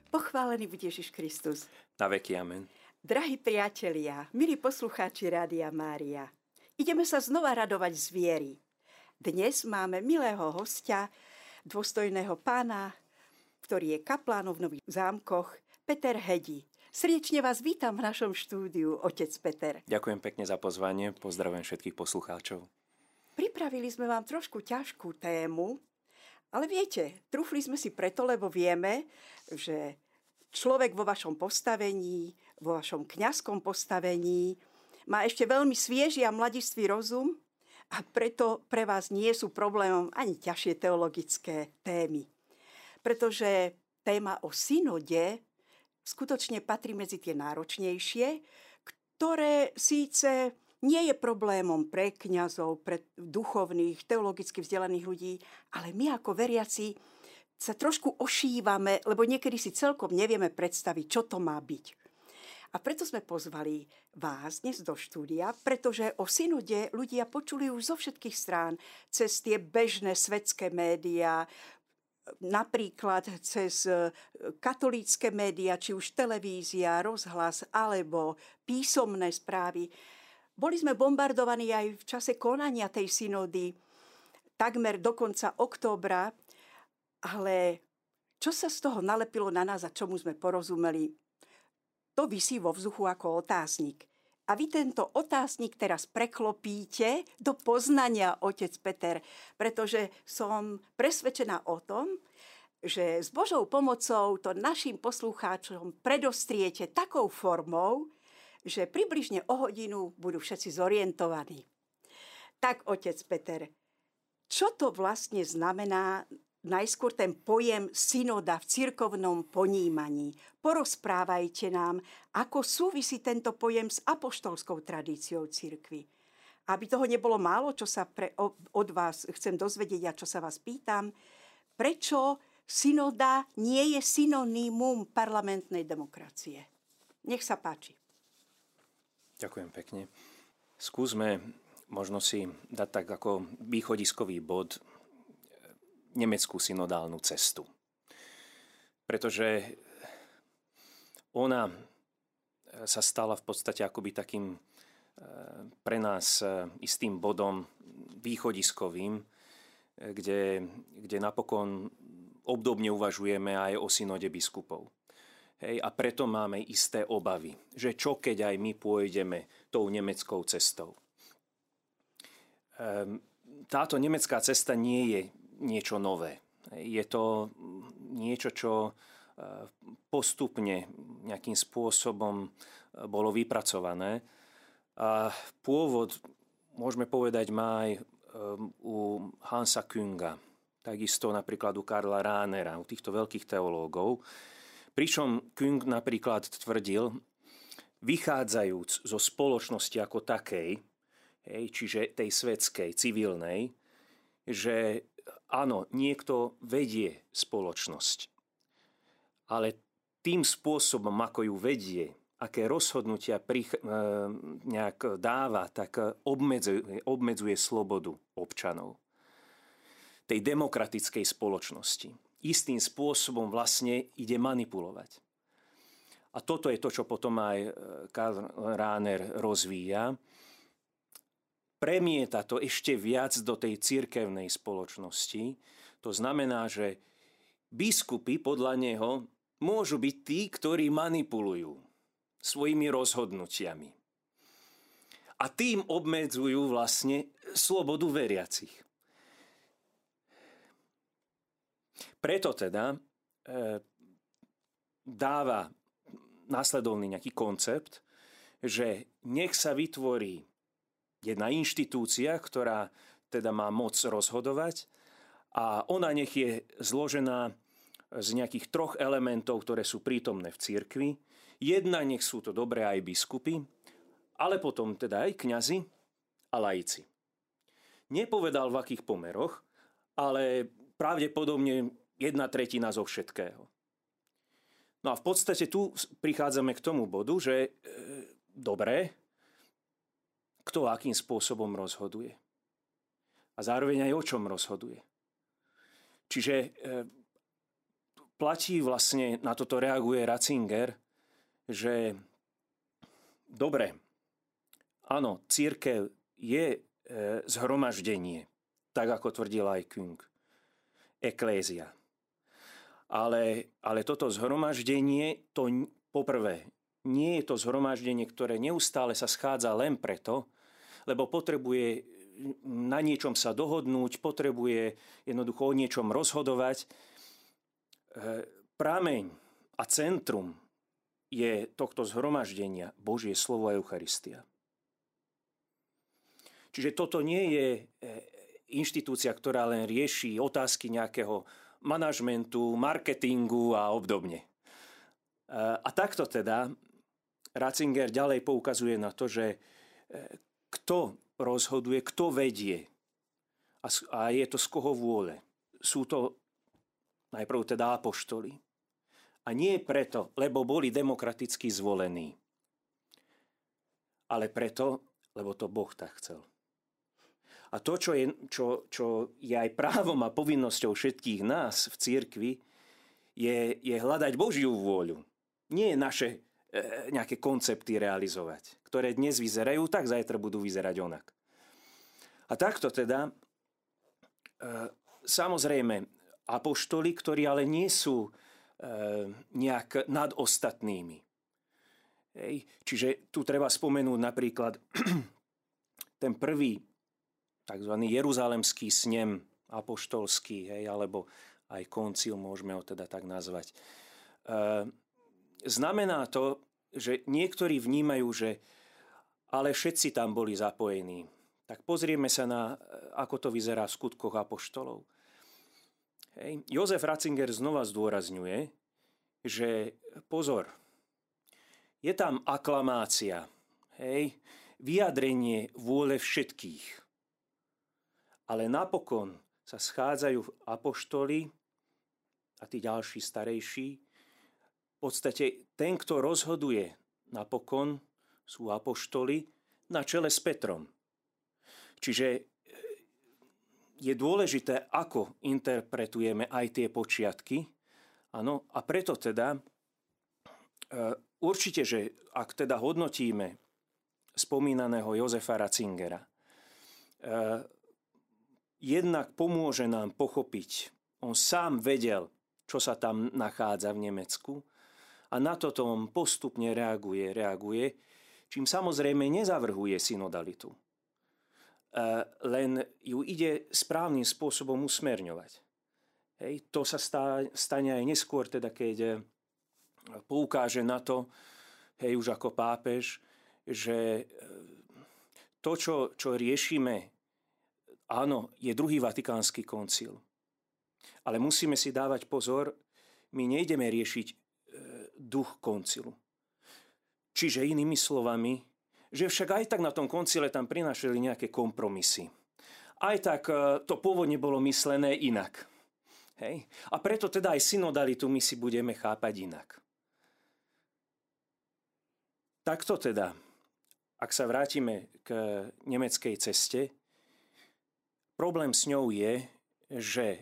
Pochválený bude Ježiš Kristus. Na veky amen. Drahí priatelia, milí poslucháči Rádia Mária, ideme sa znova radovať z viery. Dnes máme milého hostia, dôstojného pána, ktorý je kaplánom v Nových Zámkoch, Peter Hedi. Srdečne vás vítam v našom štúdiu, otec Peter. Ďakujem pekne za pozvanie, pozdravujem všetkých poslucháčov. Pripravili sme vám trošku ťažkú tému, ale viete, trúfli sme si preto, lebo vieme, že človek vo vašom postavení, vo vašom kňazskom postavení má ešte veľmi svieži a mladistvý rozum a preto pre vás nie sú problémom ani ťažšie teologické témy. Pretože téma o synode skutočne patrí medzi tie náročnejšie, ktoré síce nie je problémom pre kňazov, pre duchovných, teologicky vzdelaných ľudí, ale my ako veriaci sa trošku ošívame, lebo niekedy si celkom nevieme predstaviť, čo to má byť. A preto sme pozvali vás dnes do štúdia, pretože o synode ľudia počuli už zo všetkých strán, cez tie bežné svetské médiá, napríklad cez katolícke médiá, či už televízia, rozhlas alebo písomné správy. Boli sme bombardovaní aj v čase konania tej synody, takmer do konca októbra, ale čo sa z toho nalepilo na nás a čomu sme porozumeli, to visí vo vzduchu ako otáznik. A vy tento otáznik teraz preklopíte do poznania, otec Peter, pretože som presvedčená o tom, že s Božou pomocou to našim poslucháčom predostriete takou formou, že približne o hodinu budú všetci zorientovaní. Tak, otec Peter, čo to vlastne znamená najskôr ten pojem synoda v cirkevnom ponímaní? Porozprávajte nám, ako súvisí tento pojem s apoštolskou tradíciou cirkvi. Aby toho nebolo málo, čo sa od vás chcem dozvedieť a čo sa vás pýtam, prečo synoda nie je synonymum parlamentnej demokracie? Nech sa páči. Ďakujem pekne. Skúsme možno si dať tak ako východiskový bod nemeckú synodálnu cestu. Pretože ona sa stala v podstate akoby takým pre nás istým bodom východiskovým, kde napokon obdobne uvažujeme aj o synode biskupov. Hej, a preto máme isté obavy, že čo keď aj my pôjdeme tou nemeckou cestou. Táto nemecká cesta nie je niečo nové. Je to niečo, čo postupne nejakým spôsobom bolo vypracované. A pôvod, môžeme povedať, má aj u Hansa Künga, takisto napríklad u Karla Rahnera, u týchto veľkých teológov. Pričom Küng napríklad tvrdil, vychádzajúc zo spoločnosti ako takej, čiže tej svetskej, civilnej, že áno, niekto vedie spoločnosť, ale tým spôsobom, ako ju vedie, aké rozhodnutia nejak dáva, tak obmedzuje slobodu občanov tej demokratickej spoločnosti. Istým spôsobom vlastne ide manipulovať. A toto je to, čo potom aj Karl Rahner rozvíja. Premieta to ešte viac do tej cirkevnej spoločnosti. To znamená, že biskupy podľa neho môžu byť tí, ktorí manipulujú svojimi rozhodnutiami. A tým obmedzujú vlastne slobodu veriacich. Preto teda dáva následovný nejaký koncept, že nech sa vytvorí jedna inštitúcia, ktorá teda má moc rozhodovať a ona nech je zložená z nejakých troch elementov, ktoré sú prítomné v cirkvi. Jedna nech sú to dobré aj biskupy, ale potom teda aj kňazi a laici. Nepovedal v akých pomeroch, ale pravdepodobne 1/3 zo všetkého. No a v podstate tu prichádzame k tomu bodu, že dobre, kto akým spôsobom rozhoduje. A zároveň aj o čom rozhoduje. Čiže platí vlastne, na toto reaguje Ratzinger, že dobre, áno, cirkev je zhromaždenie, tak ako tvrdil aj Küng, eklézia. Ale toto zhromaždenie, to poprvé, nie je to zhromaždenie, ktoré neustále sa schádza len preto, lebo potrebuje na niečom sa dohodnúť, potrebuje jednoducho o niečom rozhodovať. Prameň a centrum je tohto zhromaždenia Božie slovo a Eucharistia. Čiže toto nie je inštitúcia, ktorá len rieši otázky nejakého manažmentu, marketingu a obdobne. A takto teda Ratzinger ďalej poukazuje na to, že kto rozhoduje, kto vedie a je to z koho vôle. Sú to najprv teda apoštoli. A nie preto, lebo boli demokraticky zvolení, ale preto, lebo to Boh tak chcel. A to, čo je aj právom a povinnosťou všetkých nás v cirkvi, je hľadať Božiu vôľu. Nie naše nejaké koncepty realizovať, ktoré dnes vyzerajú, tak zajtra budú vyzerať onak. A takto teda, samozrejme, apoštoli, ktorí ale nie sú nejak nad ostatnými. Čiže tu treba spomenúť napríklad ten prvý tzv. Jeruzalemský snem apoštolský, alebo aj koncil, môžeme ho teda tak nazvať. Znamená to, že niektorí vnímajú, že ale všetci tam boli zapojení. Tak pozrieme sa na, ako to vyzerá v skutkoch apoštolov. Jozef Ratzinger znova zdôrazňuje, že pozor, je tam aklamácia, vyjadrenie vôle všetkých. Ale napokon sa schádzajú apoštoli a tí ďalší starejší. V podstate ten, kto rozhoduje napokon, sú apoštoli na čele s Petrom. Čiže je dôležité, ako interpretujeme aj tie počiatky. Áno, a preto teda určite, že ak teda hodnotíme spomínaného Jozefa Ratzingera, jednak pomôže nám pochopiť, on sám vedel, čo sa tam nachádza v Nemecku, a na toto on postupne reaguje, čím samozrejme nezavrhuje synodalitu. Len ju ide správnym spôsobom usmerňovať. To sa stane aj neskôr, teda keď poukáže na to, už ako pápež, že to, čo riešime, áno, je druhý Vatikánsky koncil. Ale musíme si dávať pozor, my nejdeme riešiť duch koncilu. Čiže inými slovami, že však aj tak na tom koncile tam prinášali nejaké kompromisy. Aj tak to pôvodne bolo myslené inak. A preto teda aj synodalitu my si budeme chápať inak. Takto teda, ak sa vrátime k nemeckej ceste, problém s ňou je, že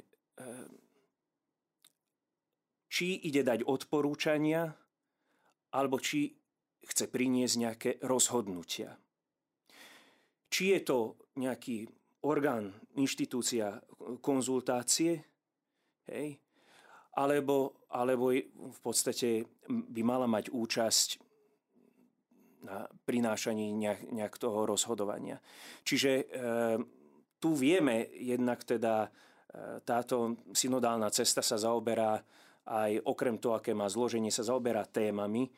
či ide dať odporúčania, alebo či chce priniesť nejaké rozhodnutia. Či je to nejaký orgán, inštitúcia konzultácie, alebo v podstate by mala mať účasť na prinášaní nejak toho rozhodovania. Čiže tu vieme jednak teda táto synodálna cesta sa zaoberá aj okrem toho, aké má zloženie, sa zaoberá témami,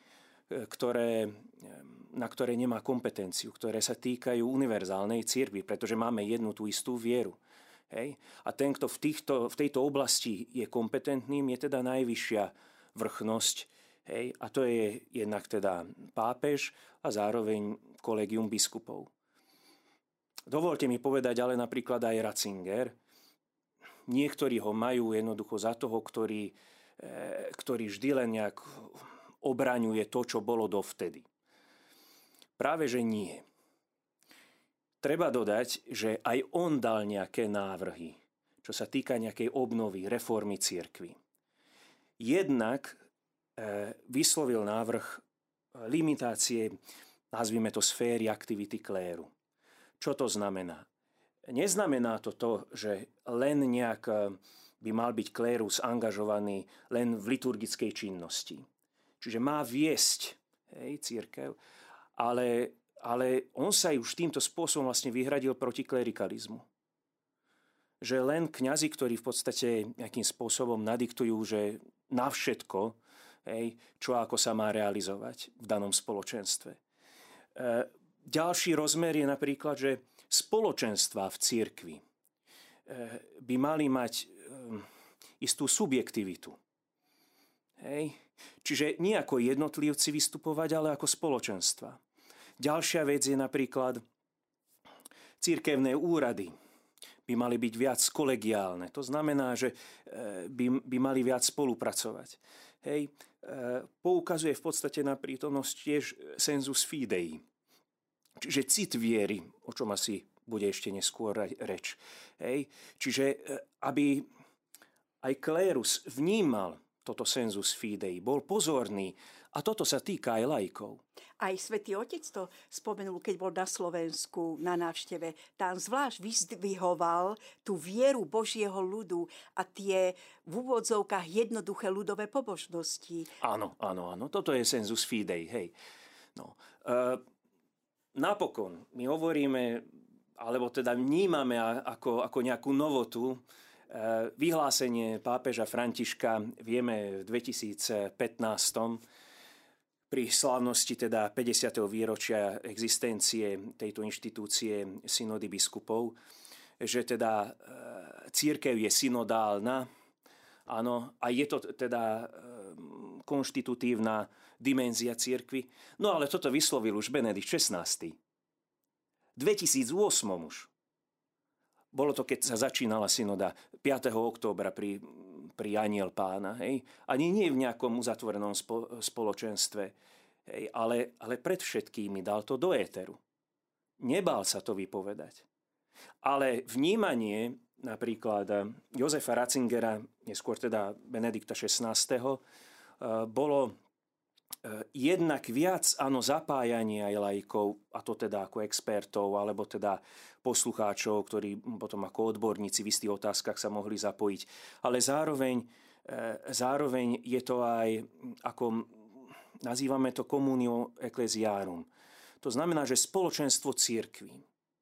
na ktoré nemá kompetenciu, ktoré sa týkajú univerzálnej cirkvi, pretože máme jednu tú istú vieru. A ten, kto v tejto oblasti je kompetentným, je teda najvyššia vrchnosť. A to je jednak teda pápež a zároveň kolegium biskupov. Dovolte mi povedať ale napríklad aj Ratzinger. Niektorí ho majú jednoducho za toho, ktorý vždy len nejak obraňuje to, čo bolo dovtedy. Práve že nie. Treba dodať, že aj on dal nejaké návrhy, čo sa týka nejakej obnovy, reformy cirkvi. jednak vyslovil návrh limitácie, nazvime to sféry aktivity kléru. Čo to znamená? Neznamená to, že len nejak by mal byť klérus angažovaný len v liturgickej činnosti. Čiže má viesť cirkev, ale on sa už týmto spôsobom vlastne vyhradil proti klerikalizmu. Že len kňazi, ktorí v podstate nejakým spôsobom nadiktujú, že na všetko, čo ako sa má realizovať v danom spoločenstve. Ďalší rozmer je napríklad, že spoločenstva v cirkvi by mali mať istú subjektivitu. Čiže nie ako jednotlivci vystupovať, ale ako spoločenstva. Ďalšia vec je napríklad cirkevné úrady by mali byť viac kolegiálne. To znamená, že by mali viac spolupracovať. Poukazuje v podstate na prítomnosť tiež sensus fidei. Čiže cit viery, o čom asi bude ešte neskôr reč. Čiže aby aj klérus vnímal toto sensus fidei, bol pozorný, a toto sa týka aj laikov. Aj Svätý Otec to spomenul, keď bol na Slovensku na návšteve. Tam zvlášť vyzdvihoval tú vieru Božieho ľudu a tie v úvodzovkách jednoduché ľudové pobožnosti. Áno. Toto je sensus fidei. Napokon my hovoríme, alebo teda vnímame ako nejakú novotu vyhlásenie pápeža Františka, vieme, v 2015 pri slávnosti teda 50. výročia existencie tejto inštitúcie synody biskupov, že teda cirkev je synodálna, áno, a je to teda konštitutívna dimenzia cirkvi. No ale toto vyslovil už Benedikt XVI. V 2008 už. Bolo to, keď sa začínala synoda 5. októbra pri Anjel Pána. Ani nie v nejakom uzatvorenom spoločenstve, ale pred všetkými dal to do éteru. Nebál sa to vypovedať. Ale vnímanie napríklad Jozefa Ratzingera, neskôr teda Benedikta XVI., bolo jednak viac zapájanie aj laikov, a to teda ako expertov, alebo teda poslucháčov, ktorí potom ako odborníci v istých otázkach sa mohli zapojiť. Ale zároveň je to aj, ako nazývame to communio ecclesiarum. To znamená, že spoločenstvo cirkví.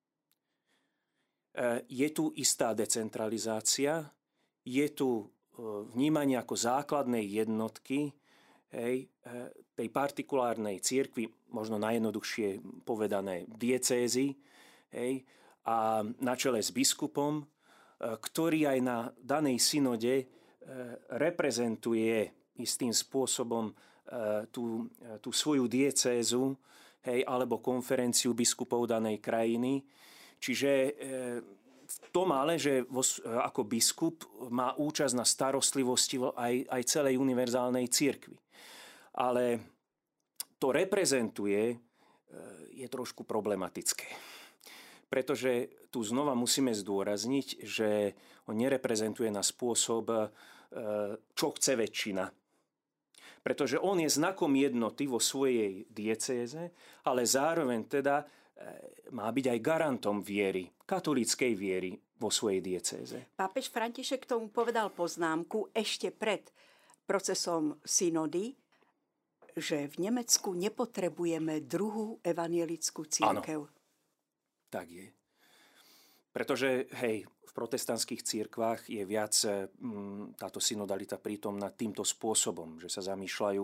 Je tu istá decentralizácia, je tu vnímanie ako základnej jednotky, tej partikulárnej cirkvi, možno najjednoduchšie povedané diecézy, a na čele s biskupom, ktorý aj na danej synode reprezentuje istým spôsobom tú svoju diecézu, alebo konferenciu biskupov danej krajiny. Čiže v tom ale, že ako biskup má účasť na starostlivosti aj celej univerzálnej cirkvi. Ale to reprezentuje je trošku problematické. Pretože tu znova musíme zdôrazniť, že on nereprezentuje na spôsob, čo chce väčšina. Pretože on je znakom jednoty vo svojej diecéze, ale zároveň teda má byť aj garantom viery, katolíckej viery vo svojej diecéze. Pápež František k tomu povedal poznámku ešte pred procesom synody, že v Nemecku nepotrebujeme druhú evangelickú cirkev. Áno, tak je. Pretože, v protestantských cirkvách je viac táto synodalita prítomná týmto spôsobom, že sa zamýšľajú,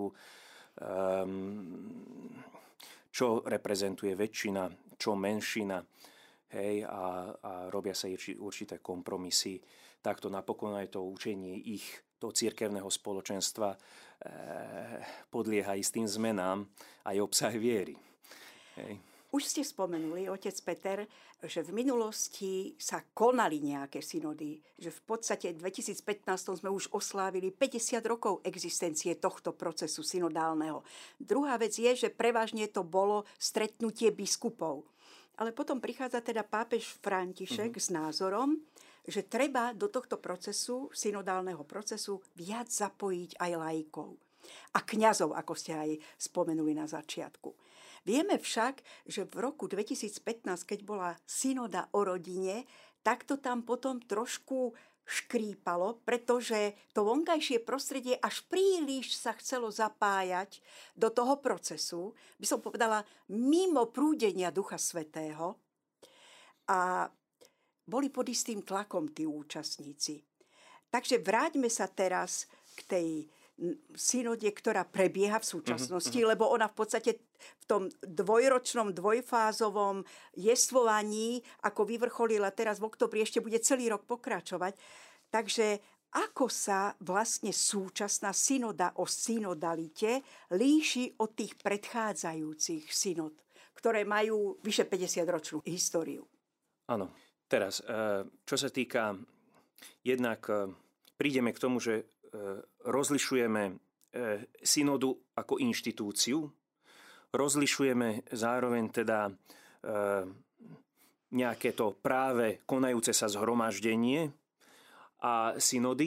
čo reprezentuje väčšina, čo menšina, a robia sa určité kompromisy. Takto napokon aj to učenie toho cirkevného spoločenstva podlieha istým zmenám aj obsah viery. Už ste spomenuli, otec Peter, že v minulosti sa konali nejaké synody, že v podstate v 2015 sme už oslávili 50 rokov existencie tohto procesu synodálneho. Druhá vec je, že prevažne to bolo stretnutie biskupov. Ale potom prichádza teda pápež František s názorom, že treba do tohto procesu, synodálneho procesu, viac zapojiť aj laikov a kňazov, ako ste aj spomenuli na začiatku. Vieme však, že v roku 2015, keď bola synoda o rodine, tak to tam potom trošku škrípalo, pretože to vonkajšie prostredie až príliš sa chcelo zapájať do toho procesu, by som povedala, mimo prúdenia Ducha Svätého. A boli pod istým tlakom tí účastníci. Takže vráťme sa teraz k tej synode, ktorá prebieha v súčasnosti, lebo ona v podstate v tom dvojročnom, dvojfázovom jestvovaní, ako vyvrcholila teraz v októbri, ešte bude celý rok pokračovať. Takže ako sa vlastne súčasná synoda o synodalite líši od tých predchádzajúcich synod, ktoré majú vyše 50-ročnú históriu? Áno. Teraz, čo sa týka, jednak prídeme k tomu, že rozlišujeme synodu ako inštitúciu, rozlišujeme zároveň teda nejaké to práve konajúce sa zhromaždenie a synody.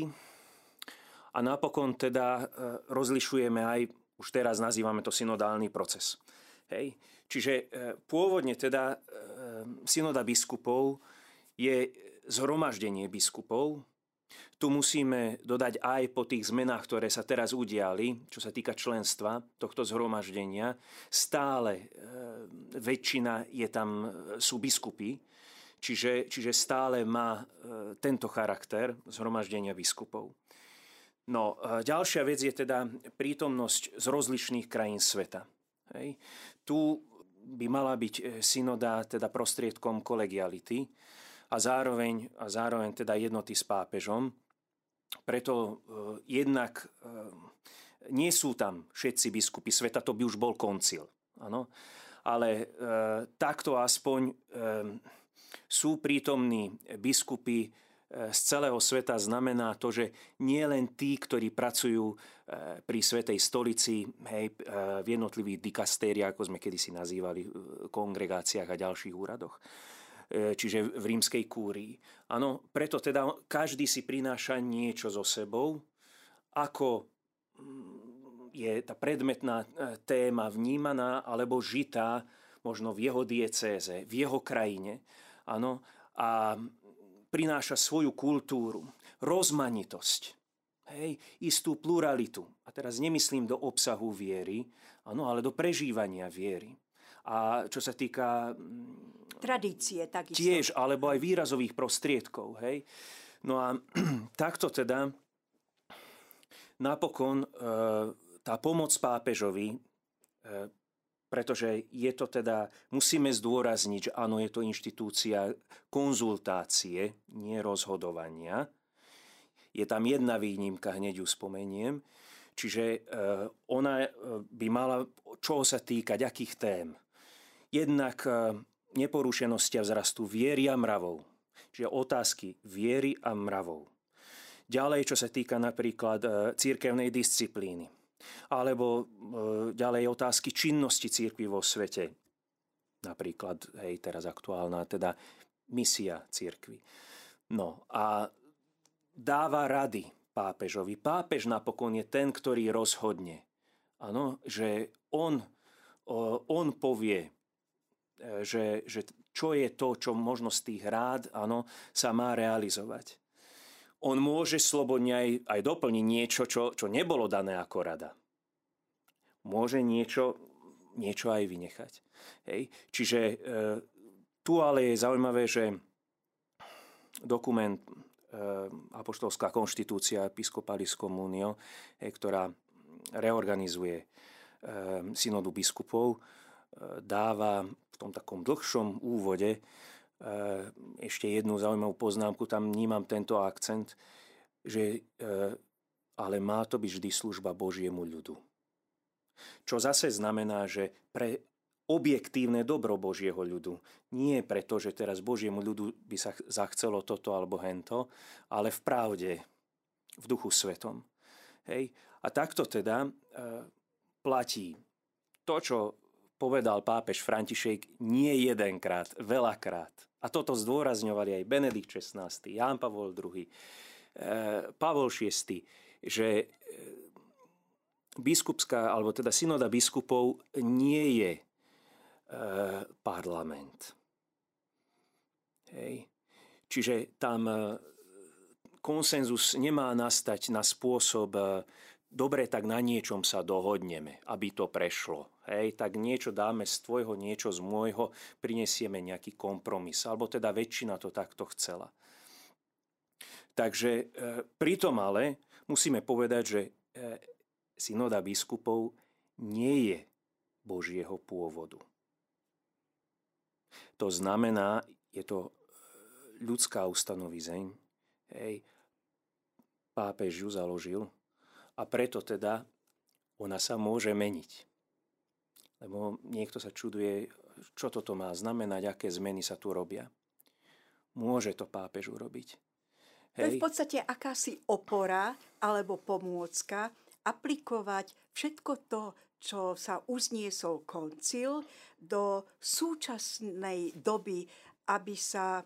A napokon teda rozlišujeme aj, už teraz nazývame to synodálny proces. Hej. Čiže pôvodne teda synoda biskupov je zhromaždenie biskupov. Tu musíme dodať aj po tých zmenách, ktoré sa teraz udiali, čo sa týka členstva tohto zhromaždenia. Stále väčšina sú biskupy, čiže stále má tento charakter zhromaždenia biskupov. No, ďalšia vec je teda prítomnosť z rozličných krajín sveta. Hej. Tu by mala byť synoda teda prostriedkom kolegiality, a zároveň teda jednoty s pápežom. Preto jednak nie sú tam všetci biskupy sveta, to by už bol koncil. Áno? Ale takto aspoň sú prítomní biskupy z celého sveta. Znamená to, že nie len tí, ktorí pracujú pri Svätej stolici, hej, v jednotlivých dikastériách, ako sme kedysi nazývali, kongregáciách a ďalších úradoch, čiže v rímskej kúrii. Áno, preto teda každý si prináša niečo so sebou, ako je tá predmetná téma vnímaná alebo žitá možno v jeho diecéze, v jeho krajine. Áno, a prináša svoju kultúru, rozmanitosť, hej, istú pluralitu. A teraz nemyslím do obsahu viery, áno, ale do prežívania viery. A čo sa týka tradície, takisto. Tiež, alebo aj výrazových prostriedkov. Hej? No a takto teda napokon tá pomoc pápežovi, pretože je to teda, musíme zdôrazniť, že áno, je to inštitúcia konzultácie, nie rozhodovania. Je tam jedna výnimka, hneď ju spomeniem. Čiže ona by mala, čoho sa týkať, akých tém. Jednak neporušenosti a vzrastu viery a mravov. Čiže otázky viery a mravov. Ďalej, čo sa týka napríklad cirkevnej disciplíny. Alebo ďalej otázky činnosti cirkvi vo svete. Napríklad, hej, teraz aktuálna, teda misia cirkvi. No a dáva rady pápežovi. Pápež napokon je ten, ktorý rozhodne. Áno, že on povie, že čo je to, čo možno z tých rád, áno, sa má realizovať. On môže slobodne aj doplniť niečo, čo nebolo dané ako rada. Môže niečo aj vynechať. Hej. Čiže tu ale je zaujímavé, že dokument Apoštolská konštitúcia Episcopalis Communio, ktorá reorganizuje synodu biskupov, dáva v tom takom dlhšom úvode ešte jednu zaujímavú poznámku, tam vnímam tento akcent, že ale má to byť vždy služba Božiemu ľudu. Čo zase znamená, že pre objektívne dobro Božieho ľudu. Nie preto, že teraz Božiemu ľudu by sa zachcelo toto alebo hento, ale v pravde, v Duchu Svetom. Hej? A takto teda platí to, čo povedal pápež František nie jedenkrát, veľakrát. A toto zdôrazňovali aj Benedikt XVI, Ján Pavol II, Pavol VI, že biskupská, alebo teda synoda biskupov nie je parlament. Hej. Čiže tam konsenzus nemá nastať na spôsob dobre, tak na niečom sa dohodneme, aby to prešlo. Hej, tak niečo dáme z tvojho, niečo z môjho, prinesieme nejaký kompromis. Alebo teda väčšina to takto chcela. Takže pritom ale musíme povedať, že synoda biskupov nie je Božieho pôvodu. To znamená, je to ľudská ustanovizeň. Hej, pápež ju založil a preto teda ona sa môže meniť. Lebo niekto sa čuduje, čo toto má znamenať, aké zmeny sa tu robia. Môže to pápež urobiť. To je v podstate akási opora alebo pomôcka aplikovať všetko to, čo sa uzniesol koncil, do súčasnej doby, aby sa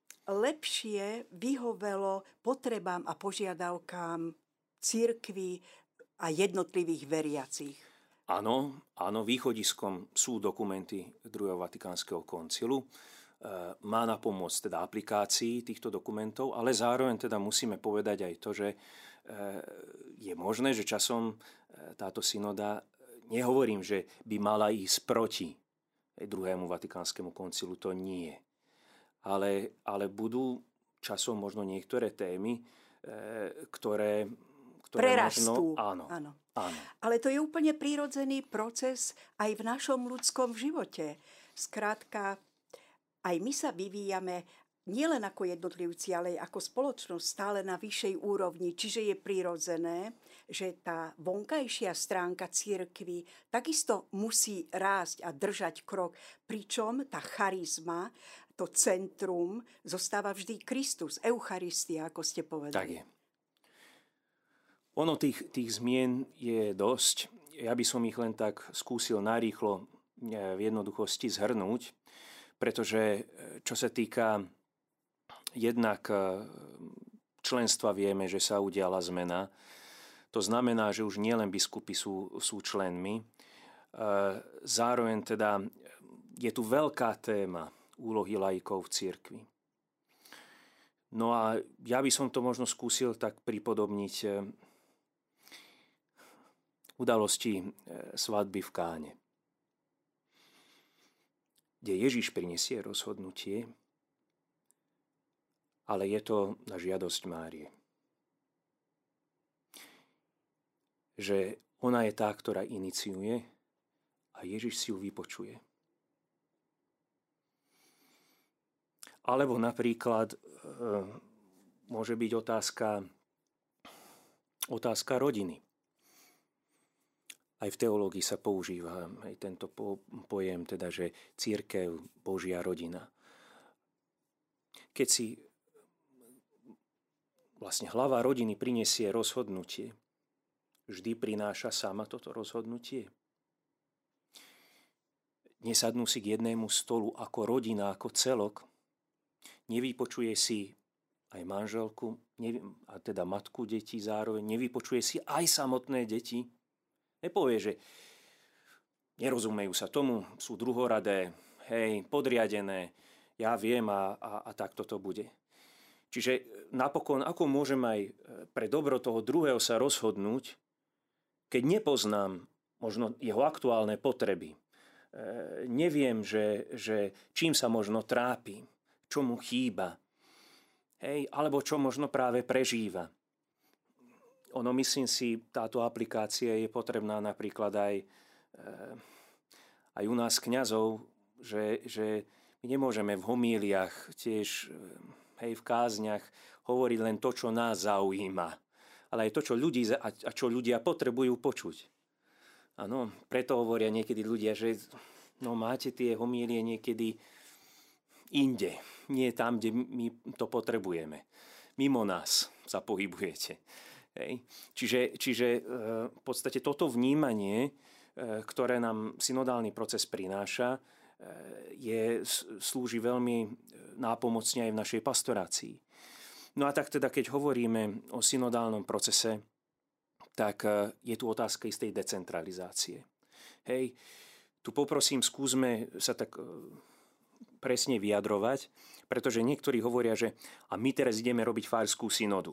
lepšie vyhovelo potrebám a požiadavkám cirkvi a jednotlivých veriacich. Áno, východiskom sú dokumenty druhého Vatikánskeho koncilu. Má na pomôcť teda aplikácii týchto dokumentov, ale zároveň teda musíme povedať aj to, že je možné, že časom táto synoda, nehovorím, že by mala ísť proti druhému Vatikánskemu koncilu, to nie. Ale budú časom možno niektoré témy, ktoré prerastú. Možno, áno. Ale to je úplne prírodzený proces aj v našom ľudskom živote. Skrátka, aj my sa vyvíjame nielen ako jednotlivci, ale aj ako spoločnosť stále na vyššej úrovni. Čiže je prirodzené, že tá vonkajšia stránka cirkvi takisto musí rásť a držať krok. Pričom tá charizma, to centrum, zostáva vždy Kristus, Eucharistia, ako ste povedali. Tak je. Ono tých zmien je dosť. Ja by som ich len tak skúsil narýchlo v jednoduchosti zhrnúť, pretože čo sa týka jednak členstva, vieme, že sa udiala zmena. To znamená, že už nielen biskupy sú členmi. Zároveň teda je tu veľká téma úlohy laikov v cirkvi. No a ja by som to možno skúsil tak pripodobniť udalosti svadby v Káne, kde Ježiš prinesie rozhodnutie, ale je to na žiadosť Márie. Že ona je tá, ktorá iniciuje a Ježiš si ju vypočuje. Alebo napríklad môže byť otázka rodiny. Aj v teológii sa používa aj tento pojem, teda, že cirkev, Božia rodina. Keď si vlastne hlava rodiny prinesie rozhodnutie, vždy prináša sama toto rozhodnutie. Nesadnú si k jednému stolu ako rodina, ako celok, nevypočuje si aj manželku, a teda matku detí zároveň, nevypočuje si aj samotné deti. Nepovie, že nerozumejú sa tomu, sú druhoradé, hej, podriadené, ja viem a takto to bude. Čiže napokon, ako môžem aj pre dobro toho druhého sa rozhodnúť, keď nepoznám možno jeho aktuálne potreby, neviem, že čím sa možno trápi, čo mu chýba, hej, alebo čo možno práve prežíva. Ono, myslím si, táto aplikácia je potrebná napríklad aj u nás kňazov, že my nemôžeme v homíliách tiež, hej, v kázniach hovoriť len to, čo nás zaujíma, ale aj to, čo ľudia potrebujú počuť. Áno, preto hovoria niekedy ľudia, že máte tie homílie niekedy inde, nie tam, kde my to potrebujeme. Mimo nás sa pohybujete. Hej. Čiže v podstate toto vnímanie ktoré nám synodálny proces prináša, slúži veľmi nápomocne aj v našej pastorácii. No a tak teda, keď hovoríme o synodálnom procese, tak je tu otázka istej decentralizácie. Hej, tu poprosím, skúsme sa tak presne vyjadrovať, pretože niektorí hovoria, že a my teraz ideme robiť farskú synodu.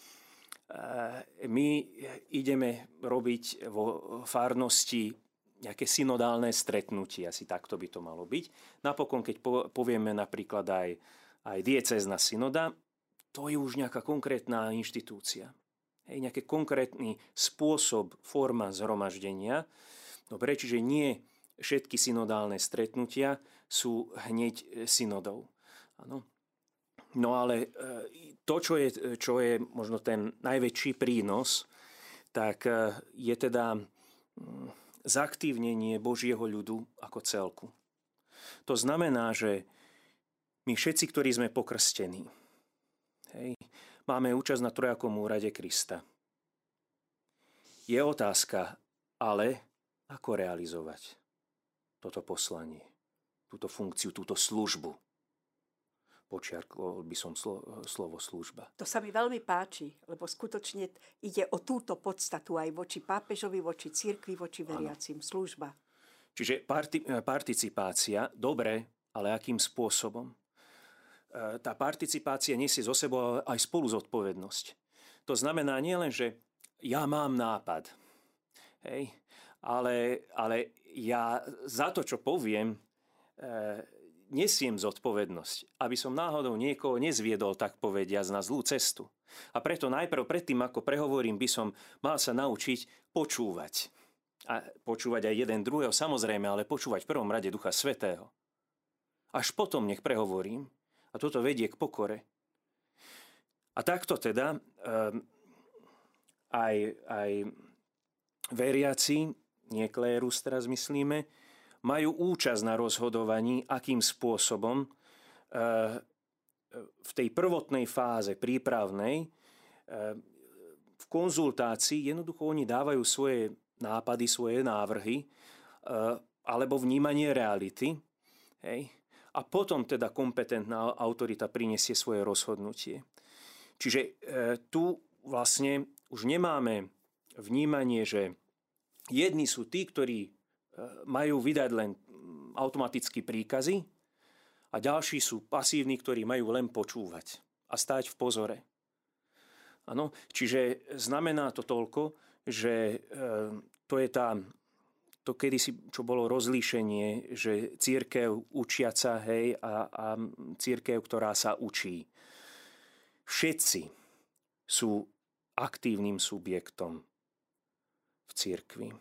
My ideme robiť vo farnosti nejaké synodálne stretnutie, asi takto by to malo byť. Napokon, keď povieme napríklad aj diecézna synoda, to je už nejaká konkrétna inštitúcia. Hej, nejaký konkrétny spôsob, forma zhromaždenia. Dobre, čiže nie všetky synodálne stretnutia sú hneď synodou. Áno. No ale to, čo je možno ten najväčší prínos, tak je teda zaktívnenie Božieho ľudu ako celku. To znamená, že my všetci, ktorí sme pokrstení, hej, máme účasť na trojakom úrade Krista. Je otázka, ale ako realizovať toto poslanie, túto funkciu, túto službu. Počiarkol by som slovo služba. To sa mi veľmi páči, lebo skutočne ide o túto podstatu aj voči pápežovi, voči cirkvi, voči veriacim. Služba. Čiže participácia, dobre, ale akým spôsobom? Tá participácia nesie zo sebou aj spolu zodpovednosť. To znamená nielen, že ja mám nápad, hej, ale ja za to, čo poviem, nesiem zodpovednosť, aby som náhodou niekoho nezviedol, tak povediac, na zlú cestu. A preto najprv predtým, ako prehovorím, by som mal sa naučiť počúvať. A počúvať aj jeden druhého, samozrejme, ale počúvať v prvom rade Ducha Svätého. Až potom nech prehovorím. A toto vedie k pokore. A takto teda aj veriaci, nie klérus teraz myslíme, majú účasť na rozhodovaní, akým spôsobom v tej prvotnej fáze prípravnej v konzultácii jednoducho oni dávajú svoje nápady, svoje návrhy alebo vnímanie reality. Hej. A potom teda kompetentná autorita prinesie svoje rozhodnutie. Čiže tu vlastne už nemáme vnímanie, že jedni sú tí, ktorí majú vydať len automaticky príkazy a ďalší sú pasívni, ktorí majú len počúvať a stáť v pozore. Áno, čiže znamená to toľko, že to je to kedysi, čo bolo rozlíšenie, že cirkev učiaca, hej, a cirkev, ktorá sa učí. Všetci sú aktívnym subjektom v cirkvi.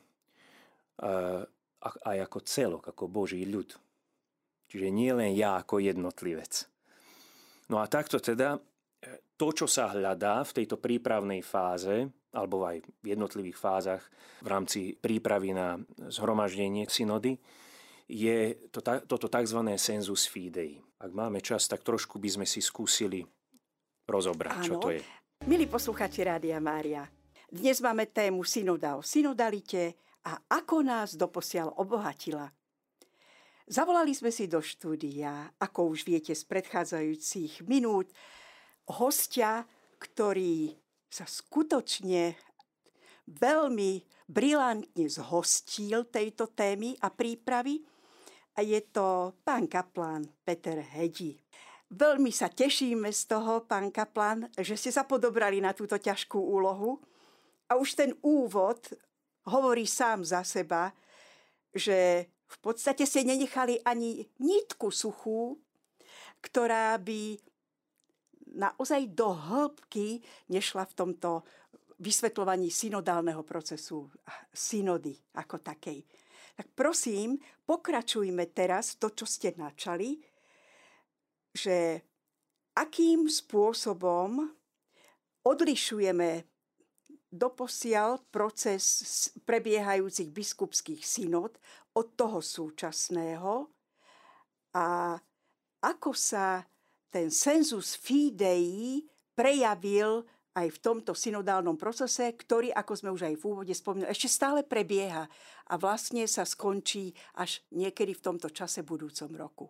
Aj ako celok, ako Boží ľud. Čiže nie len ja ako jednotlivec. No a takto teda to, čo sa hľadá v tejto prípravnej fáze, alebo aj v jednotlivých fázach v rámci prípravy na zhromaždenie synody, je toto tzv. Sensus fidei. Ak máme čas, tak trošku by sme si skúsili rozobrať, čo to je. Milí posluchači Rádia Mária, dnes máme tému synoda o synodalite a ako nás doposiaľ obohatila. Zavolali sme si do štúdia, ako už viete z predchádzajúcich minút, hostia, ktorý sa skutočne veľmi brilantne zhostil tejto témy a prípravy. A je to pán kaplán Peter Hedi. Veľmi sa tešíme z toho, pán kaplán, že ste sa podobrali na túto ťažkú úlohu. A už ten úvod hovorí sám za seba, že v podstate ste nenechali ani nitku suchú, ktorá by naozaj do hĺbky nešla v tomto vysvetľovaní synodálneho procesu, synody ako takej. Tak prosím, pokračujme teraz to, čo ste načali, že akým spôsobom odlišujeme doposiaľ proces prebiehajúcich biskupských synod od toho súčasného a ako sa ten sensus fidei prejavil aj v tomto synodálnom procese, ktorý, ako sme už aj v úvode spomínali, ešte stále prebieha a vlastne sa skončí až niekedy v tomto čase budúcom roku.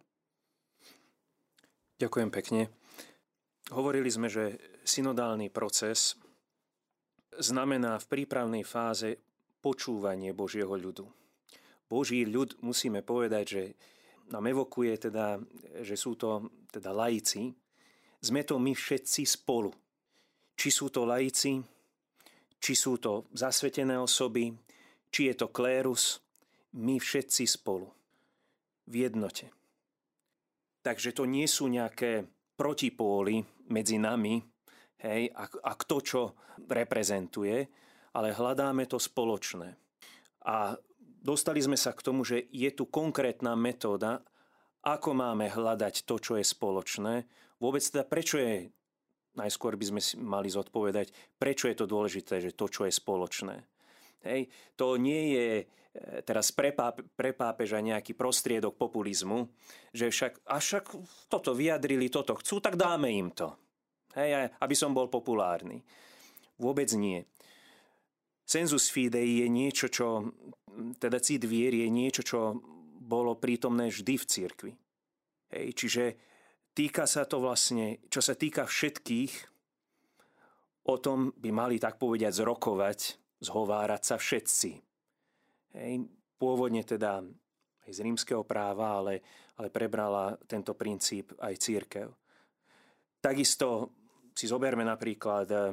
Ďakujem pekne. Hovorili sme, že synodálny proces znamená v prípravnej fáze počúvanie Božieho ľudu. Boží ľud, musíme povedať, že nám evokuje teda, že sú to teda laici. Sme to my všetci spolu. Či sú to laici, či sú to zasvetené osoby, či je to klérus, my všetci spolu. V jednote. Takže to nie sú nejaké protipóly medzi nami, hej, a kto čo reprezentuje, ale hľadáme to spoločné. A dostali sme sa k tomu, že je tu konkrétna metóda, ako máme hľadať to, čo je spoločné. Vôbec teda prečo je, najskôr by sme si mali zodpovedať, prečo je to dôležité, že to, čo je spoločné. Hej, to nie je teraz pre pápeža nejaký prostriedok populizmu, že však toto vyjadrili, toto chcú, tak dáme im to. Hej, aby som bol populárny. Vôbec nie. Sensus fidei je niečo, čo, teda cit viery je niečo, čo bolo prítomné vždy v cirkvi. Hej, čiže týka sa to vlastne, čo sa týka všetkých, o tom by mali tak povediať zrokovať, zhovárať sa všetci. Hej, pôvodne teda aj z rímskeho práva, ale prebrala tento princíp aj cirkev. Takisto si zoberme napríklad,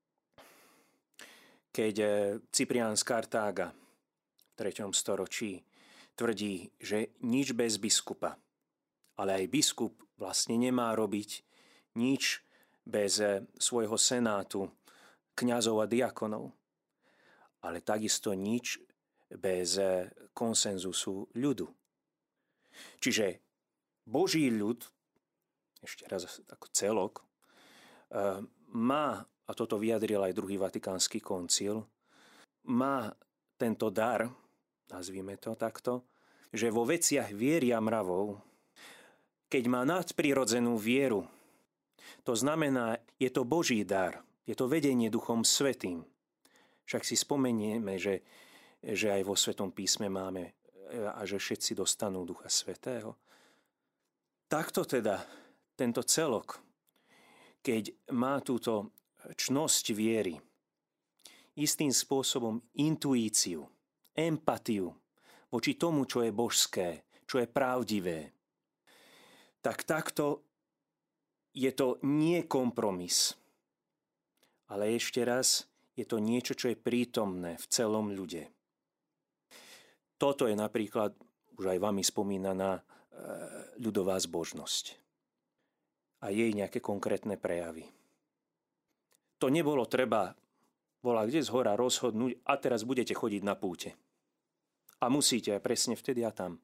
keď Cyprián z Kartága v 3. storočí tvrdí, že nič bez biskupa. Ale aj biskup vlastne nemá robiť nič bez svojho senátu, kňazov a diakonov. Ale takisto nič bez konsenzusu ľudu. Čiže Boží ľud, ešte raz ako celok, má, a toto vyjadril aj druhý Vatikánsky koncil, má tento dar, nazvime to takto, že vo veciach viery a mravov, keď má nadprirodzenú vieru, to znamená, je to Boží dar, je to vedenie Duchom Svätým. Však si spomenieme, že aj vo Svetom písme máme a že všetci dostanú Ducha Svätého. Takto teda tento celok, keď má túto čnosť viery, istým spôsobom intuíciu, empatiu voči tomu, čo je božské, čo je pravdivé, tak takto je to nie kompromis, ale ešte raz, je to niečo, čo je prítomné v celom ľude. Toto je napríklad už aj vami spomínaná ľudová zbožnosť a jej nejaké konkrétne prejavy. To nebolo treba kde zhora rozhodnúť a teraz budete chodiť na púte. A musíte aj presne vtedy a tam.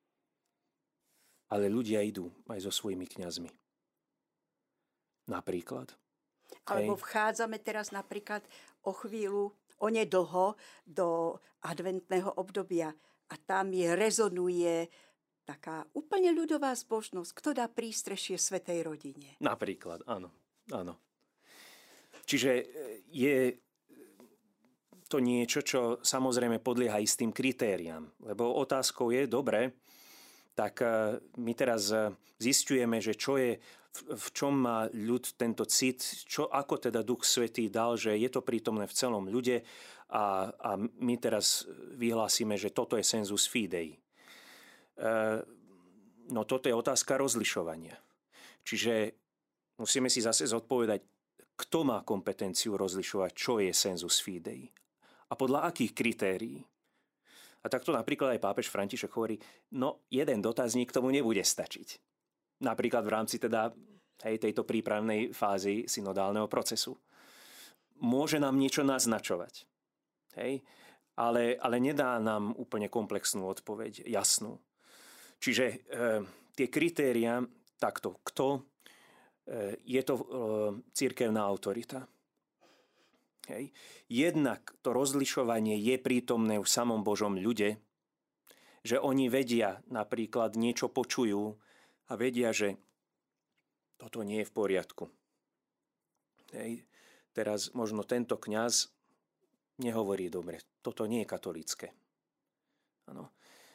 Ale ľudia idú aj so svojimi kňazmi. Napríklad. Alebo vchádzame teraz napríklad o chvíľu, onedlho do adventného obdobia a tam rezonuje taká úplne ľudová zbožnosť. Kto dá prístrešie svätej rodine? Napríklad, áno. Čiže je to niečo, čo samozrejme podlieha istým kritériám. Lebo otázkou je, dobre, tak my teraz zisťujeme, že čo je, v čom má ľud tento cit, ako teda Duch Svätý dal, že je to prítomné v celom ľude a my teraz vyhlásime, že toto je sensus fidei. No toto je otázka rozlišovania. Čiže musíme si zase zodpovedať, kto má kompetenciu rozlišovať, čo je sensus fidei a podľa akých kritérií. A takto napríklad aj pápež František hovorí, no jeden dotazník tomu nebude stačiť. Napríklad v rámci teda tejto prípravnej fázy synodálneho procesu. Môže nám niečo naznačovať. Ale nedá nám úplne komplexnú odpoveď, jasnú. Čiže tie kritériá, takto, kto je to cirkevná autorita. Jednak to rozlišovanie je prítomné v samom Božom ľude, že oni vedia, napríklad niečo počujú a vedia, že toto nie je v poriadku. teraz možno tento kňaz nehovorí dobre, toto nie je katolícke. Áno.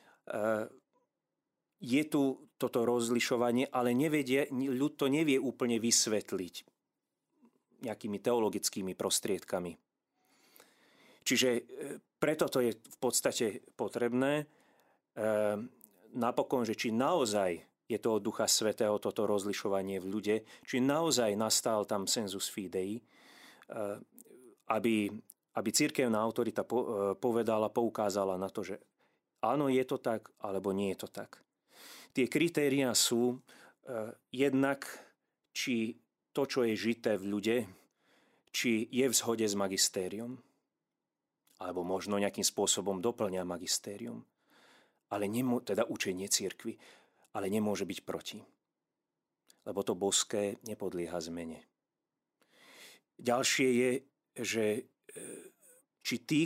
Je tu toto rozlišovanie, ale ľud to nevie úplne vysvetliť nejakými teologickými prostriedkami. Čiže preto to je v podstate potrebné napokon, že či naozaj je to od Ducha Svätého toto rozlišovanie v ľude, či naozaj nastal tam sensus fidei, aby cirkevná autorita povedala, poukázala na to, že áno, je to tak, alebo nie je to tak. Tie kritériá sú jednak, či to, čo je žité v ľude, či je v zhode s magistériom, alebo možno nejakým spôsobom doplňa magistérium, ale teda učenie cirkvi, ale nemôže byť proti. Lebo to boské nepodlieha zmene. Ďalšie je, že či tí,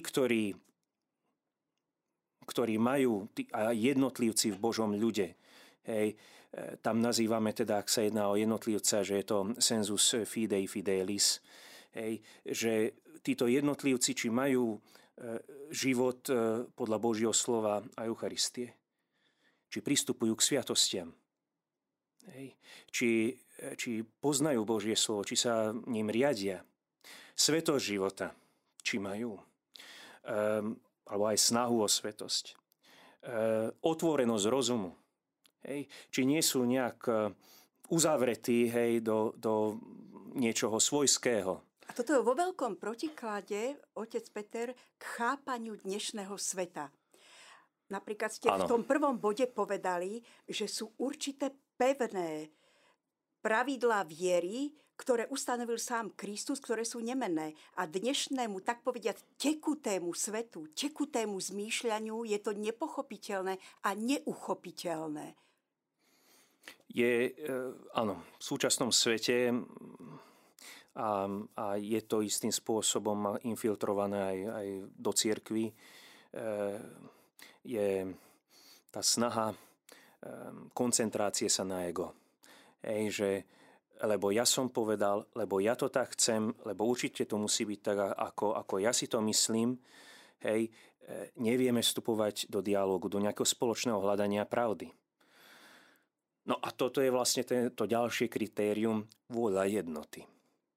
ktorí majú, a jednotlivci v Božom ľude, hej, tam nazývame teda, ak sa jedná o jednotlivca, že je to sensus fidei fidelis, hej, že títo jednotlivci, či majú život podľa Božieho slova a Eucharistie, či pristupujú k sviatostiam, hej, či poznajú Božie slovo, či sa ním riadia, svetosť života, či majú, alebo aj snahu o svetosť, otvorenosť rozumu, hej, či nie sú nejak uzavretí, hej, do niečoho svojského. A toto je vo veľkom protiklade, otec Peter, k chápaniu dnešného sveta. Napríklad ste v tom prvom bode povedali, že sú určité pevné pravidlá viery, ktoré ustanovil sám Kristus, ktoré sú nemenné. A dnešnému, tak povediať, tekutému svetu, tekutému zmýšľaniu je to nepochopiteľné a neuchopiteľné. Áno, v súčasnom svete a je to istým spôsobom infiltrované aj do cirkvi, je tá snaha koncentrácie sa na ego. Že lebo ja som povedal, lebo ja to tak chcem, lebo určite to musí byť tak, ako ja si to myslím. Hej, nevieme vstupovať do dialógu, do nejakého spoločného hľadania pravdy. No a toto je vlastne to ďalšie kritérium, vôľa jednoty.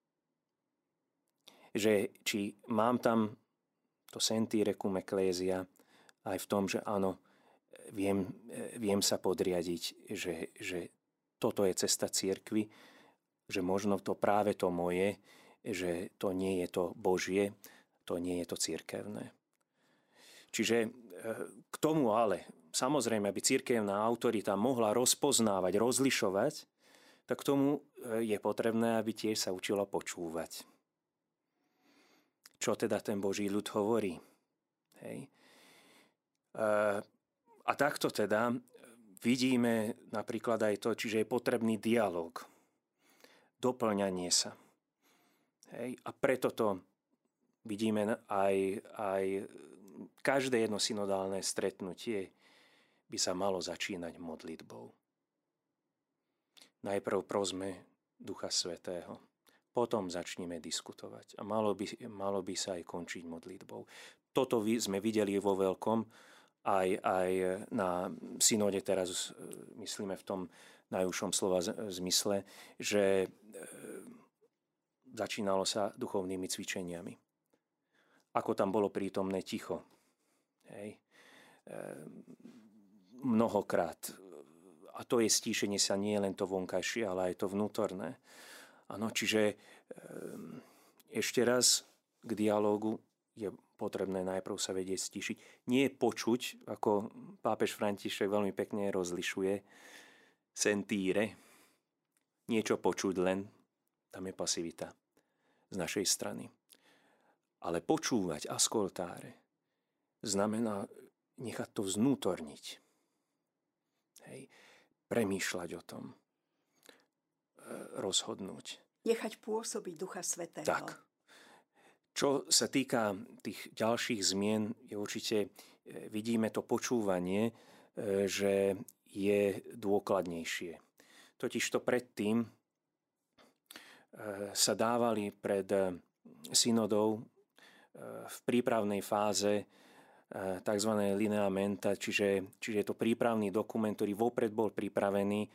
Že či mám tam to sentire cum ecclesia aj v tom, že áno, viem sa podriadiť, že toto je cesta cirkvi, že možno to práve to moje, že to nie je to Božie, to nie je to cirkevné. Čiže k tomu ale, samozrejme, aby cirkevná autorita mohla rozpoznávať, rozlišovať, tak k tomu je potrebné, aby tiež sa učila počúvať. Čo teda ten Boží ľud hovorí. Hej. A takto teda vidíme napríklad aj to, čiže je potrebný dialog, doplňanie sa. Hej. A preto to vidíme aj každé jedno synodálne stretnutie by sa malo začínať modlitbou. Najprv prosme Ducha Svätého, potom začneme diskutovať a malo by sa aj končiť modlitbou. Toto sme videli vo veľkom aj na synode teraz, myslíme v tom najúžšom slova zmysle, že začínalo sa duchovnými cvičeniami. Ako tam bolo prítomné ticho. Hej. Mnohokrát. A to je stíšenie sa nie len to vonkajšie, ale aj to vnútorné. Áno, čiže ešte raz k dialógu je potrebné najprv sa vedieť stíšiť. Nie počuť, ako pápež František veľmi pekne rozlišuje, sentire, niečo počuť len, tam je pasivita z našej strany. Ale počúvať, ascoltare, znamená nechať to vznútorniť. Hej. Premýšľať o tom. Rozhodnúť. Nechať pôsobiť Ducha Svätého. Tak. Čo sa týka tých ďalších zmien, je určite vidíme to počúvanie, že je dôkladnejšie. Totižto predtým sa dávali pred synodov v prípravnej fáze tzv. Lineamenta, čiže je to prípravný dokument, ktorý vopred bol pripravený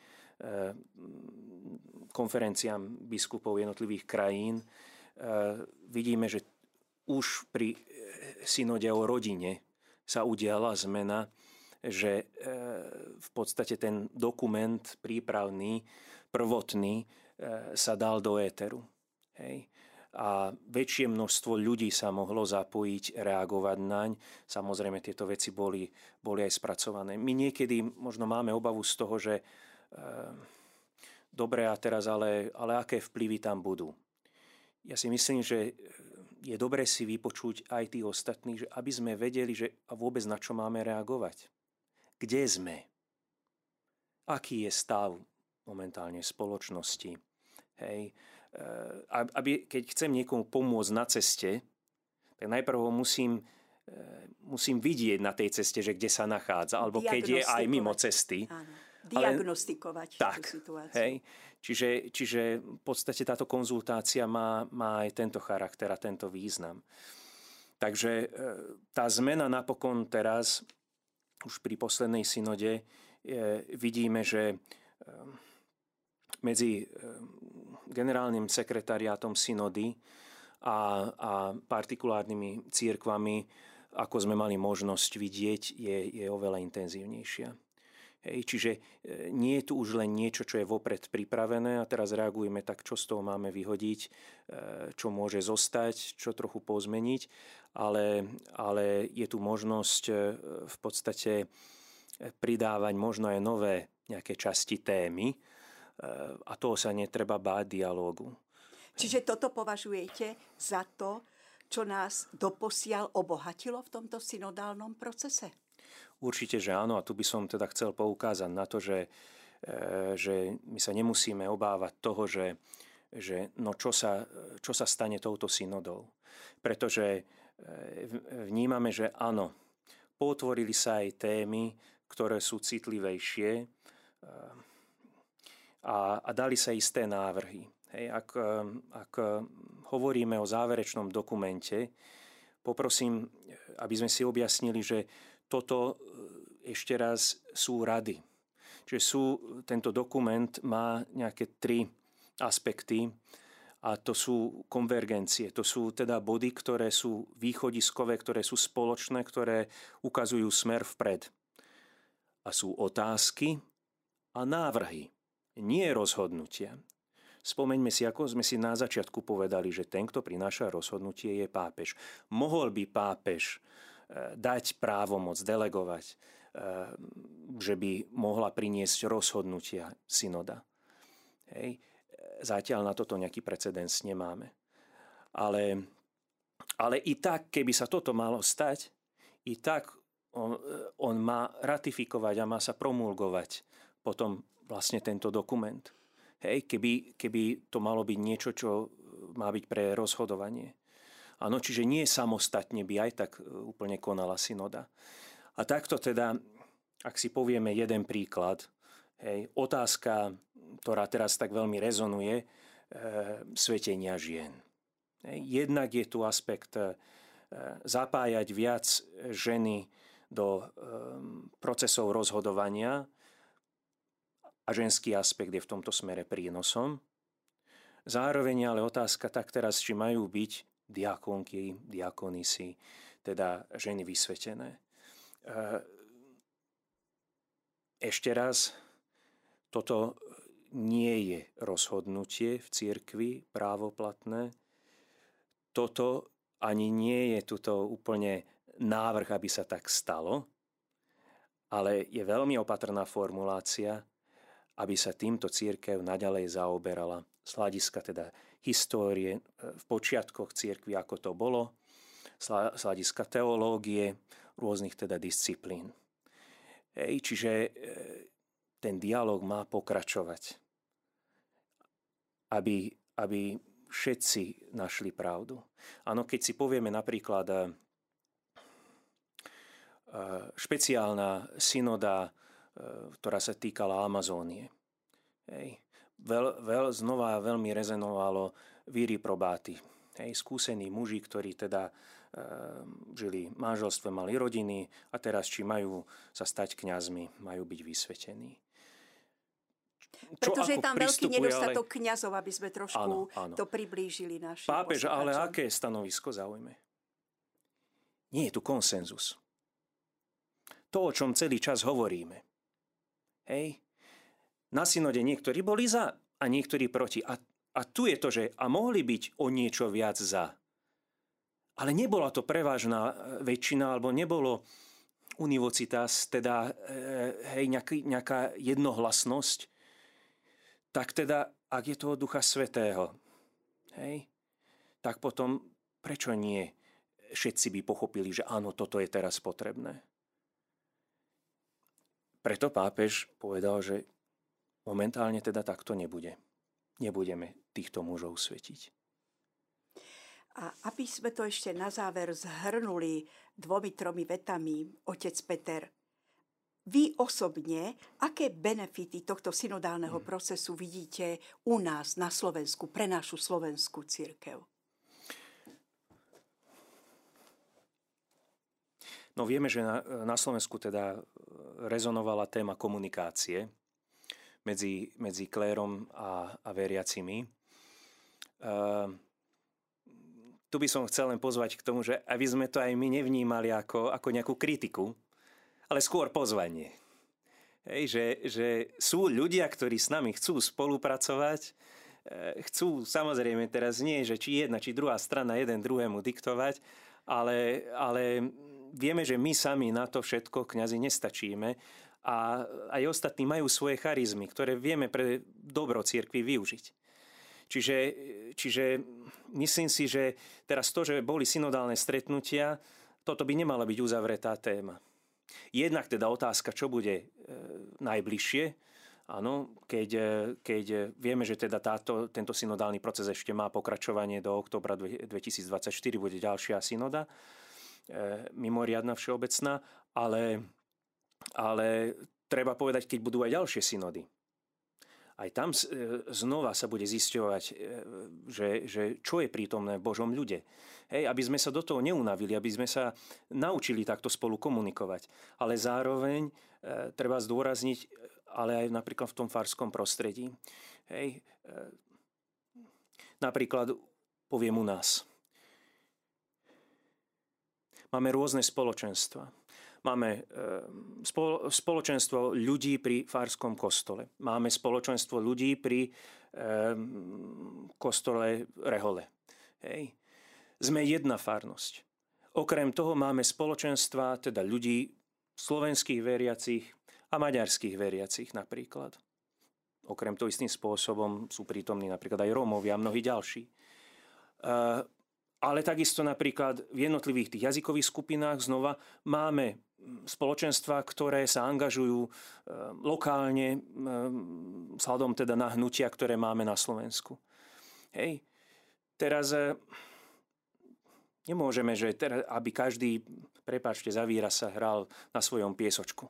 konferenciám biskupov jednotlivých krajín. Vidíme, že už pri synode o rodine sa udiala zmena, že v podstate ten dokument prípravný, prvotný sa dal do éteru. Hej. A väčšie množstvo ľudí sa mohlo zapojiť, reagovať naň. Samozrejme, tieto veci boli aj spracované. My niekedy možno máme obavu z toho, že dobre, a teraz ale aké vplyvy tam budú. Ja si myslím, že je dobre si vypočuť aj tých ostatných, že aby sme vedeli, že a vôbec na čo máme reagovať. Kde sme? Aký je stav momentálne v spoločnosti? Hej. Keď chcem niekomu pomôcť na ceste, tak najprv ho musím vidieť na tej ceste, že kde sa nachádza, alebo keď je aj mimo cesty. Áno. Diagnostikovať tú situáciu. Hej. Čiže v podstate táto konzultácia má aj tento charakter a tento význam. Takže tá zmena napokon teraz, už pri poslednej synode, vidíme, že medzi generálnym sekretariátom synody a partikulárnymi cirkvami, ako sme mali možnosť vidieť, je oveľa intenzívnejšia. Hej, čiže nie je tu už len niečo, čo je vopred pripravené a teraz reagujeme tak, čo z toho máme vyhodiť, čo môže zostať, čo trochu pozmeniť, ale je tu možnosť v podstate pridávať možno aj nové nejaké časti témy a toho sa netreba báť dialógu. Čiže toto považujete za to, čo nás doposiaľ obohatilo v tomto synodálnom procese? Určite, že áno. A tu by som teda chcel poukázať na to, že my sa nemusíme obávať toho, že čo sa stane touto synodou. Pretože vnímame, že áno, potvorili sa aj témy, ktoré sú citlivejšie a dali sa isté návrhy. Hej, ak hovoríme o záverečnom dokumente, poprosím, aby sme si objasnili, že toto ešte raz sú rady. Čiže tento dokument má nejaké 3 aspekty a to sú konvergencie. To sú teda body, ktoré sú východiskové, ktoré sú spoločné, ktoré ukazujú smer vpred. A sú otázky a návrhy, nie rozhodnutia. Spomeňme si, ako sme si na začiatku povedali, že ten, kto prináša rozhodnutie, je pápež. Mohol by pápež dať právomoc, delegovať, že by mohla priniesť rozhodnutia synoda. Hej. Zatiaľ na toto nejaký precedens nemáme. Ale i tak, keby sa toto malo stať, i tak on má ratifikovať a má sa promulgovať potom vlastne tento dokument. Hej, keby to malo byť niečo, čo má byť pre rozhodovanie. Áno, čiže nie samostatne by aj tak úplne konala synoda. A takto teda, ak si povieme jeden príklad, hej, otázka, ktorá teraz tak veľmi rezonuje, svetenia žien. Hej, jednak je tu aspekt zapájať viac ženy do procesov rozhodovania a ženský aspekt je v tomto smere prínosom. Zároveň ale otázka tak teraz, či majú byť diakonky, diakonisy, teda ženy vysvetené. Ešte raz, toto nie je rozhodnutie v cirkvi právoplatné. Toto ani nie je tuto úplne návrh, aby sa tak stalo, ale je veľmi opatrná formulácia, aby sa týmto cirkev naďalej zaoberala z hľadiska teda histórie v počiatkoch cirkvi, ako to bolo, z hľadiska teológie, rôznych teda disciplín. Čiže ten dialog má pokračovať, aby všetci našli pravdu. Áno, keď si povieme napríklad špeciálna synoda, ktorá sa týkala Amazónie. Znova veľmi rezonovalo viri probati. skúsení muži, ktorí teda žili v manželstve, mali rodiny a teraz či majú sa stať kňazmi, majú byť vysvetení. Pretože je tam veľký nedostatok kňazov, aby sme trošku to priblížili našim Pápež, ale aké stanovisko zaujme? Nie je tu konsenzus. To, o čom celý čas hovoríme. Hej? Na synode niektorí boli za a niektorí proti. A tu je to, že mohli byť o niečo viac za. Ale nebola to prevážna väčšina, alebo nebolo univocitas, teda nejaká jednohlasnosť. Tak teda, ak je to od Ducha Svätého, tak potom prečo nie všetci by pochopili, že áno, toto je teraz potrebné. Preto pápež povedal, že momentálne teda takto nebude. Nebudeme týchto mužov svetiť. A aby sme to ešte na záver zhrnuli 2-3 vetami, otec Peter, vy osobne, aké benefity tohto synodálneho procesu vidíte u nás na Slovensku, pre našu slovenskú cirkev? No vieme, že na Slovensku teda rezonovala téma komunikácie medzi klérom a veriacimi. Tu by som chcel len pozvať k tomu, že aby sme to aj my nevnímali ako nejakú kritiku, ale skôr pozvanie. Že sú ľudia, ktorí s nami chcú spolupracovať, chcú samozrejme teraz nie, že či jedna, či druhá strana jeden druhému diktovať, ale vieme, že my sami na to všetko, kňazi, nestačíme a aj ostatní majú svoje charizmy, ktoré vieme pre dobro cirkvi využiť. Čiže myslím si, že teraz to, že boli synodálne stretnutia, toto by nemala byť uzavretá téma. Jednak teda otázka, čo bude najbližšie, áno, keď vieme, že teda tento synodálny proces ešte má pokračovanie do októbra 2024, bude ďalšia synoda, mimoriadna všeobecná, ale treba povedať, keď budú aj ďalšie synody. Aj tam znova sa bude zisťovať, že čo je prítomné v Božom ľude. Aby sme sa do toho neunavili, aby sme sa naučili takto spolu komunikovať. Ale zároveň treba zdôrazniť, ale aj napríklad v tom farskom prostredí. Napríklad poviem u nás. Máme rôzne spoločenstva. Máme spoločenstvo ľudí pri farskom kostole. Máme spoločenstvo ľudí pri kostole Rehole. Sme jedna farnosť. Okrem toho máme spoločenstva, teda ľudí slovenských veriacich a maďarských veriacich napríklad. Okrem toho istým spôsobom sú prítomní napríklad aj Rómovia a mnohí ďalší. Ale takisto napríklad v jednotlivých tých jazykových skupinách znova máme spoločenstva, ktoré sa angažujú lokálne vzhľadom teda na hnutia, ktoré máme na Slovensku. Teraz nemôžeme, že teraz, aby každý, prepáčte, zavíra sa, hral na svojom piesočku.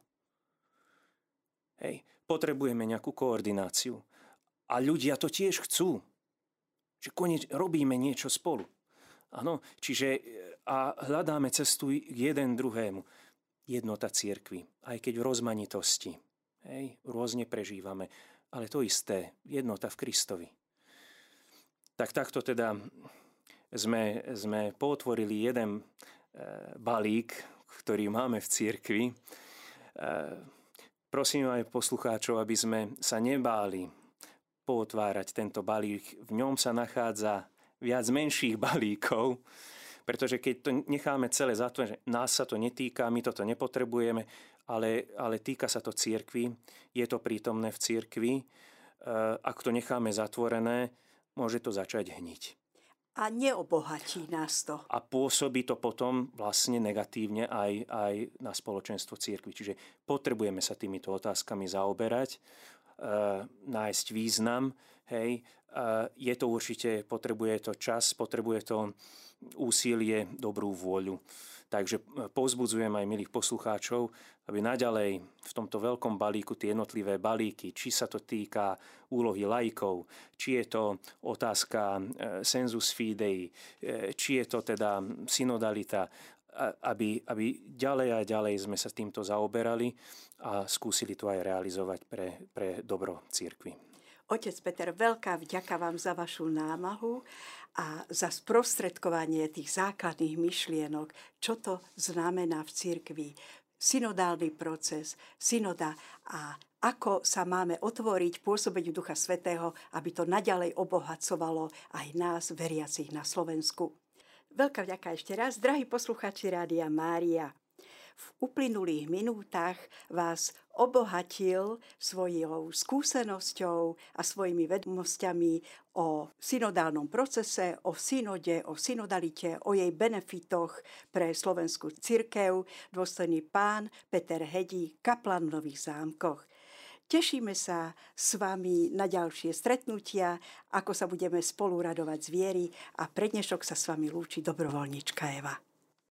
Potrebujeme nejakú koordináciu. A ľudia to tiež chcú. Že konečne robíme niečo spolu. Áno, čiže a hľadáme cestu k jeden druhému. Jednota cirkvi, aj keď v rozmanitosti. Rôzne prežívame, ale to isté, jednota v Kristovi. Tak takto teda sme potvorili jeden balík, ktorý máme v cirkvi. Prosím aj poslucháčov, aby sme sa nebáli potvárať tento balík. V ňom sa nachádza viac menších balíkov, pretože keď to necháme celé zatvorené, že nás sa to netýka, my toto nepotrebujeme, ale týka sa to cirkvi, je to prítomné v cirkvi. Ak to necháme zatvorené, môže to začať hniť. A neobohatí nás to. A pôsobí to potom vlastne negatívne aj na spoločenstvo cirkvi. Čiže potrebujeme sa týmito otázkami zaoberať, nájsť význam. Je to určite, potrebuje to čas, potrebuje to úsilie, dobrú vôľu. Takže povzbudzujem aj milých poslucháčov, aby naďalej v v tomto veľkom balíku tie jednotlivé balíky, či sa to týka úlohy laikov, či je to otázka sensus fidei, či je to teda synodalita, aby ďalej a ďalej sme sa týmto zaoberali a skúsili to aj realizovať pre dobro cirkvi. Otec Peter, veľká vďaka vám za vašu námahu a za sprostredkovanie tých základných myšlienok, čo to znamená v cirkvi. Synodálny proces, synoda a ako sa máme otvoriť pôsobeniu Ducha Svätého, aby to naďalej obohacovalo aj nás, veriacich na Slovensku. Veľká vďaka ešte raz, drahí poslucháči Rádia Mária. V uplynulých minútach vás obohatil svojou skúsenosťou a svojimi vedomosťami o synodálnom procese, o synode, o synodalite, o jej benefitoch pre slovenskú cirkev, dôstojný pán Peter Hedík, kaplan v Nových Zámkoch. Tešíme sa s vami na ďalšie stretnutia, ako sa budeme spolu radovať z viery a pre dnešok sa s vami lúči dobrovoľníčka Eva.